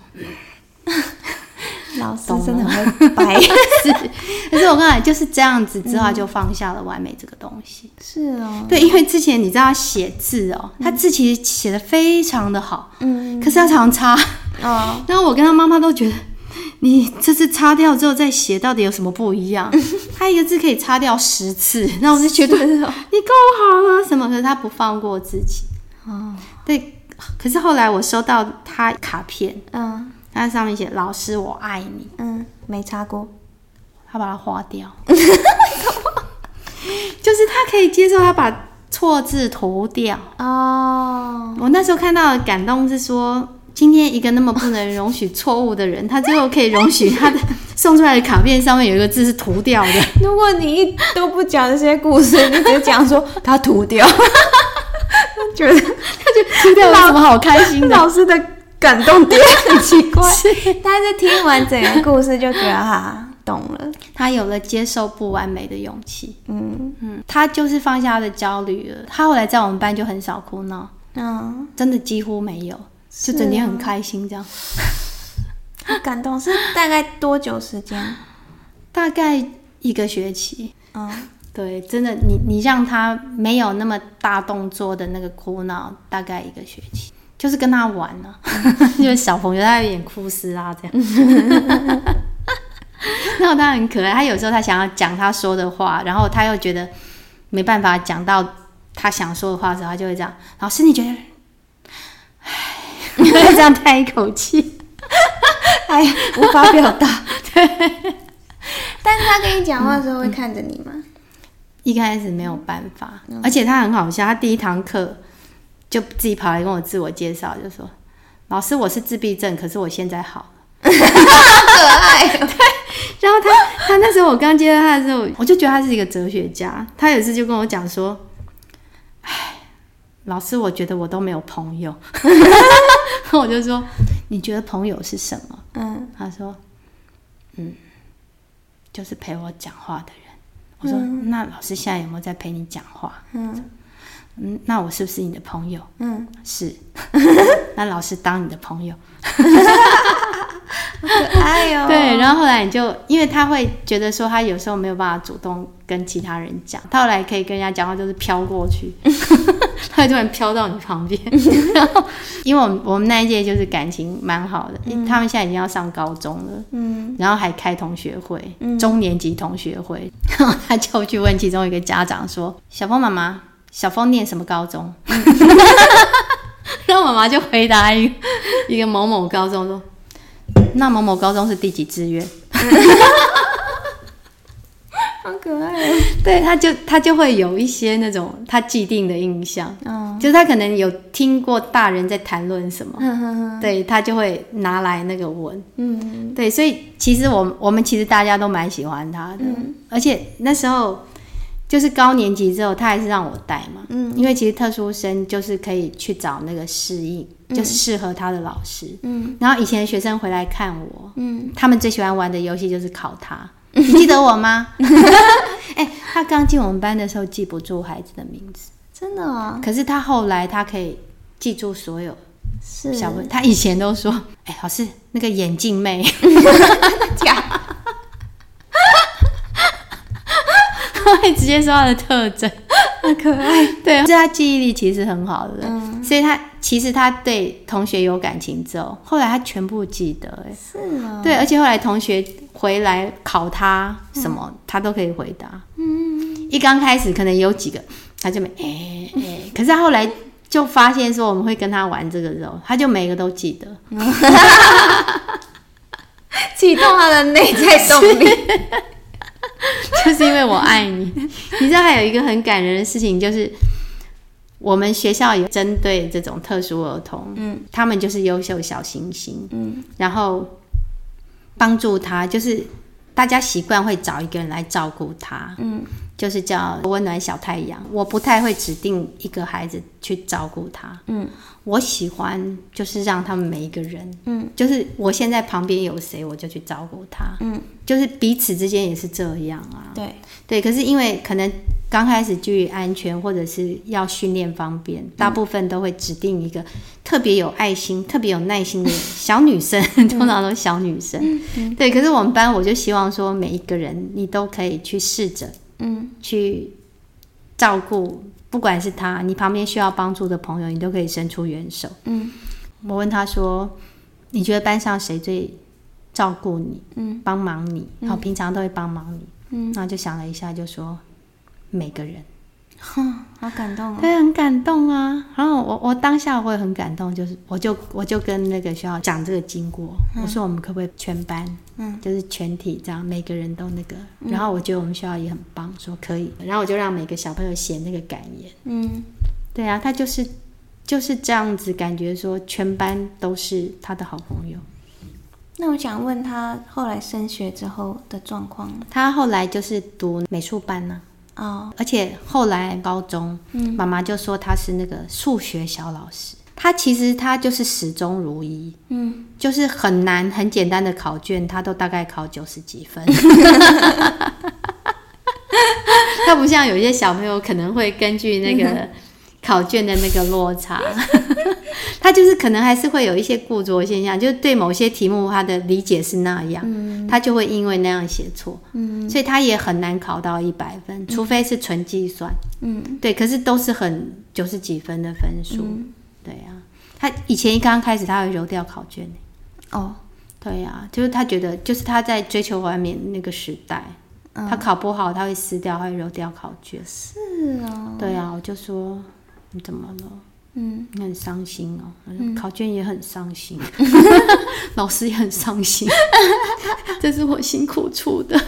老师真的很会掰。 是，可是我刚才就是这样子之后就放下了完美这个东西。 是哦， 对，因为之前你知道他写字哦，他字其实写得非常的好，嗯，可是他常擦，哦，然后我跟他妈妈都觉得，你这次擦掉之后再写，到底有什么不一样？他一个字可以擦掉十次，那我就觉得你够好了什么，可是他不放过自己。哦，对，可是后来我收到他卡片，嗯。它上面写“老师，我爱你”。 嗯，没擦过， 他把它划掉。就是他可以接受他把错字涂掉。哦，我那时候看到的感动是说，今天一个那么不能容许错误的人，他最后可以容许他的送出来的卡片上面有一个字是涂掉的。 如果你一都不讲这些故事，你只讲说他涂掉，觉得他就涂掉有什么好开心的？ 老师的感动点很奇怪，但是听完整个故事就觉得哈懂了， 他有了接受不完美的勇气。嗯嗯，他就是放下他的焦虑了。他后来在我们班就很少哭闹，嗯，真的几乎没有，就整天很开心这样。 很感动，是大概多久时间？ 大概一个学期。嗯，对，真的，你你让他没有那么大动作的那个哭闹，大概一个学期。就是跟他玩了、啊，就是小朋友他有点哭丝啊这样，然后他很可爱，他有时候他想要讲他说的话，然后他又觉得没办法讲到他想说的话的时候，他就会这样，老师你觉得，唉，这样叹一口气， 哎，无法表达，对，但是他跟你讲话的时候会看着你吗？ 一开始没有办法，嗯、而且他很好笑，他第一堂课。就自己跑来跟我自我介绍，就说：“老师，我是自闭症，可是我现在好了。” 可爱、喔。 对，然后他他那时候我刚接到他的时候，我就觉得他是一个哲学家。他有一次就跟我讲说：“哎， 老师我觉得我都没有朋友。我就说你觉得朋友是什么？嗯，他说嗯就是陪我讲话的人。我说、嗯、那老师现在有没有在陪你讲话？嗯嗯，那我是不是你的朋友？嗯，是。那老师当你的朋友。 好可爱哦。 对，然后后来你就因为他会觉得说他有时候没有办法主动跟其他人讲，他后来可以跟人家讲话就是飘过去。他会突然飘到你旁边。然后因为我们我们那一届就是感情蛮好的、嗯、他们现在已经要上高中了、嗯、然后还开同学会、嗯、中年级同学会。然后他就去问其中一个家长说，小峰妈妈，小峰念什么高中？然后妈妈就回答一个一个某某高中说，那某某高中是第几志愿？ 好可爱哦。 对，他就他就会有一些那种他既定的印象、哦、就是他可能有听过大人在谈论什么、嗯、对，他就会拿来那个问。嗯，对，所以其实我我们其实大家都蛮喜欢他的、嗯、而且那时候就是高年级之后他还是让我带嘛、嗯、因为其实特殊生就是可以去找那个适应、嗯、就是适合他的老师。嗯，然后以前的学生回来看我，嗯，他们最喜欢玩的游戏就是考他。你记得我吗？欸，他刚进我们班的时候记不住孩子的名字， 真的啊。 可是他后来他可以记住所有小朋友。他以前都说，哎、欸，老师那个眼镜妹。真的假的？他会直接说他的特征。 好可爱。 对，所以他记忆力其实很好的、嗯、所以他其实他对同学有感情之后，后来他全部记得。欸， 是啊。 对，而且后来同学回来考他什么、嗯、他都可以回答。嗯，一刚开始可能有几个他就没哎哎、欸欸，可是他后来就发现说我们会跟他玩这个之后，他就每个都记得。 启动他的内在动力。 就是因为我爱你。你知道还有一个很感人的事情，就是我们学校有针对这种特殊儿童，嗯，他们就是优秀小星星，嗯，然后帮助他，就是大家习惯会找一个人来照顾他，嗯，就是叫温暖小太阳。我不太会指定一个孩子去照顾他，嗯，我喜欢就是让他们每一个人，嗯，就是我现在旁边有谁我就去照顾他，嗯，就是彼此之间也是这样啊。 对对，可是因为可能刚开始基于安全或者是要训练方便，大部分都会指定一个特别有爱心特别有耐心的小女生。通常都是小女生、嗯、对。可是我们班我就希望说每一个人你都可以去试着嗯去照顾，不管是他你旁边需要帮助的朋友，你都可以伸出援手。嗯，我问他说你觉得班上谁最照顾你，嗯，帮忙你，好、嗯，平常都会帮忙你，嗯，然后就想了一下就说每个人。 哼，好感动哦。 对，很感动啊。然后我我当下我也很感动，就是我就我就跟那个学校讲这个经过、嗯、我说我们可不可以全班，嗯，就是全体这样每个人都那个、嗯、然后我觉得我们学校也很棒，说可以，然后我就让每个小朋友写那个感言。嗯，对啊，他就是就是这样子，感觉说全班都是他的好朋友。 那我想问他后来升学之后的状况。 他后来就是读美术班呢、啊哦，而且后来高中，嗯，妈妈就说他是那个数学小老师。他其实他就是始终如一，嗯，就是很难很简单的考卷，他都大概考九十几分。他不像有些小朋友可能会根据那个考卷的那个落差，他就是可能还是会有一些固着现象，就是对某些题目他的理解是那样，嗯、他就会因为那样写错，嗯、所以他也很难考到一百分、嗯，除非是纯计算，嗯，对，可是都是很九十几分的分数，嗯、对啊，他以前一刚开始他会揉掉考卷，哦，对啊，就是他觉得就是他在追求完美那个时代。嗯、他考不好他会撕掉，他会揉掉考卷。 是啊， 对啊，我就说你怎么了？嗯，你很伤心哦。嗯、考卷也很伤心，老师也很伤心，这是我辛苦出的。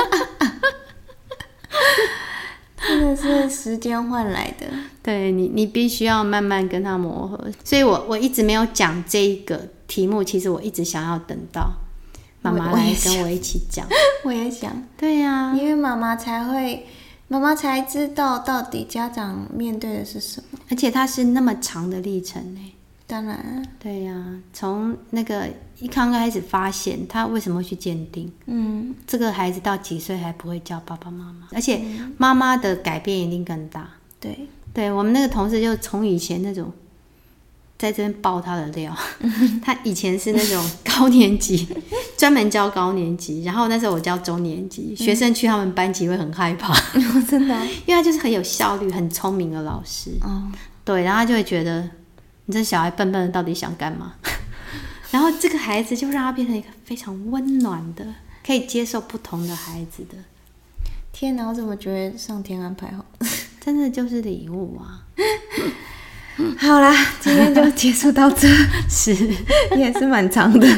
真的是时间换来的。 对你，你必须要慢慢跟他磨合。所以我我一直没有讲这一个题目，其实我一直想要等到妈妈来跟我一起讲。 我也想， 对呀、啊， 因为妈妈才会妈妈才知道到底家长面对的是什么， 而且它是那么长的历程呢。 当然， 对呀、啊，从那个一刚开始发现他为什么会去鉴定，嗯，这个孩子到几岁还不会叫爸爸妈妈，而且妈妈的改变一定更大。 对， 对我们那个同事就从以前那种在这边爆他的料，他以前是那种高年级，专门教高年级，然后那时候我教中年级，学生去他们班级会很害怕， 嗯、真的、哦， 因为他就是很有效率、很聪明的老师。哦，对，然后他就会觉得。你这小孩笨笨的，到底想干嘛？然后这个孩子就让他变成一个非常温暖的，可以接受不同的孩子的。 天哪，我怎么觉得上天安排好？ 真的就是礼物啊！ 好啦，今天就结束到这， 是也是蛮长的。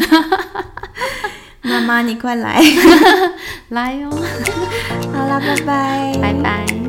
妈妈，你快来， 来哦！ 好啦，拜拜， 拜拜。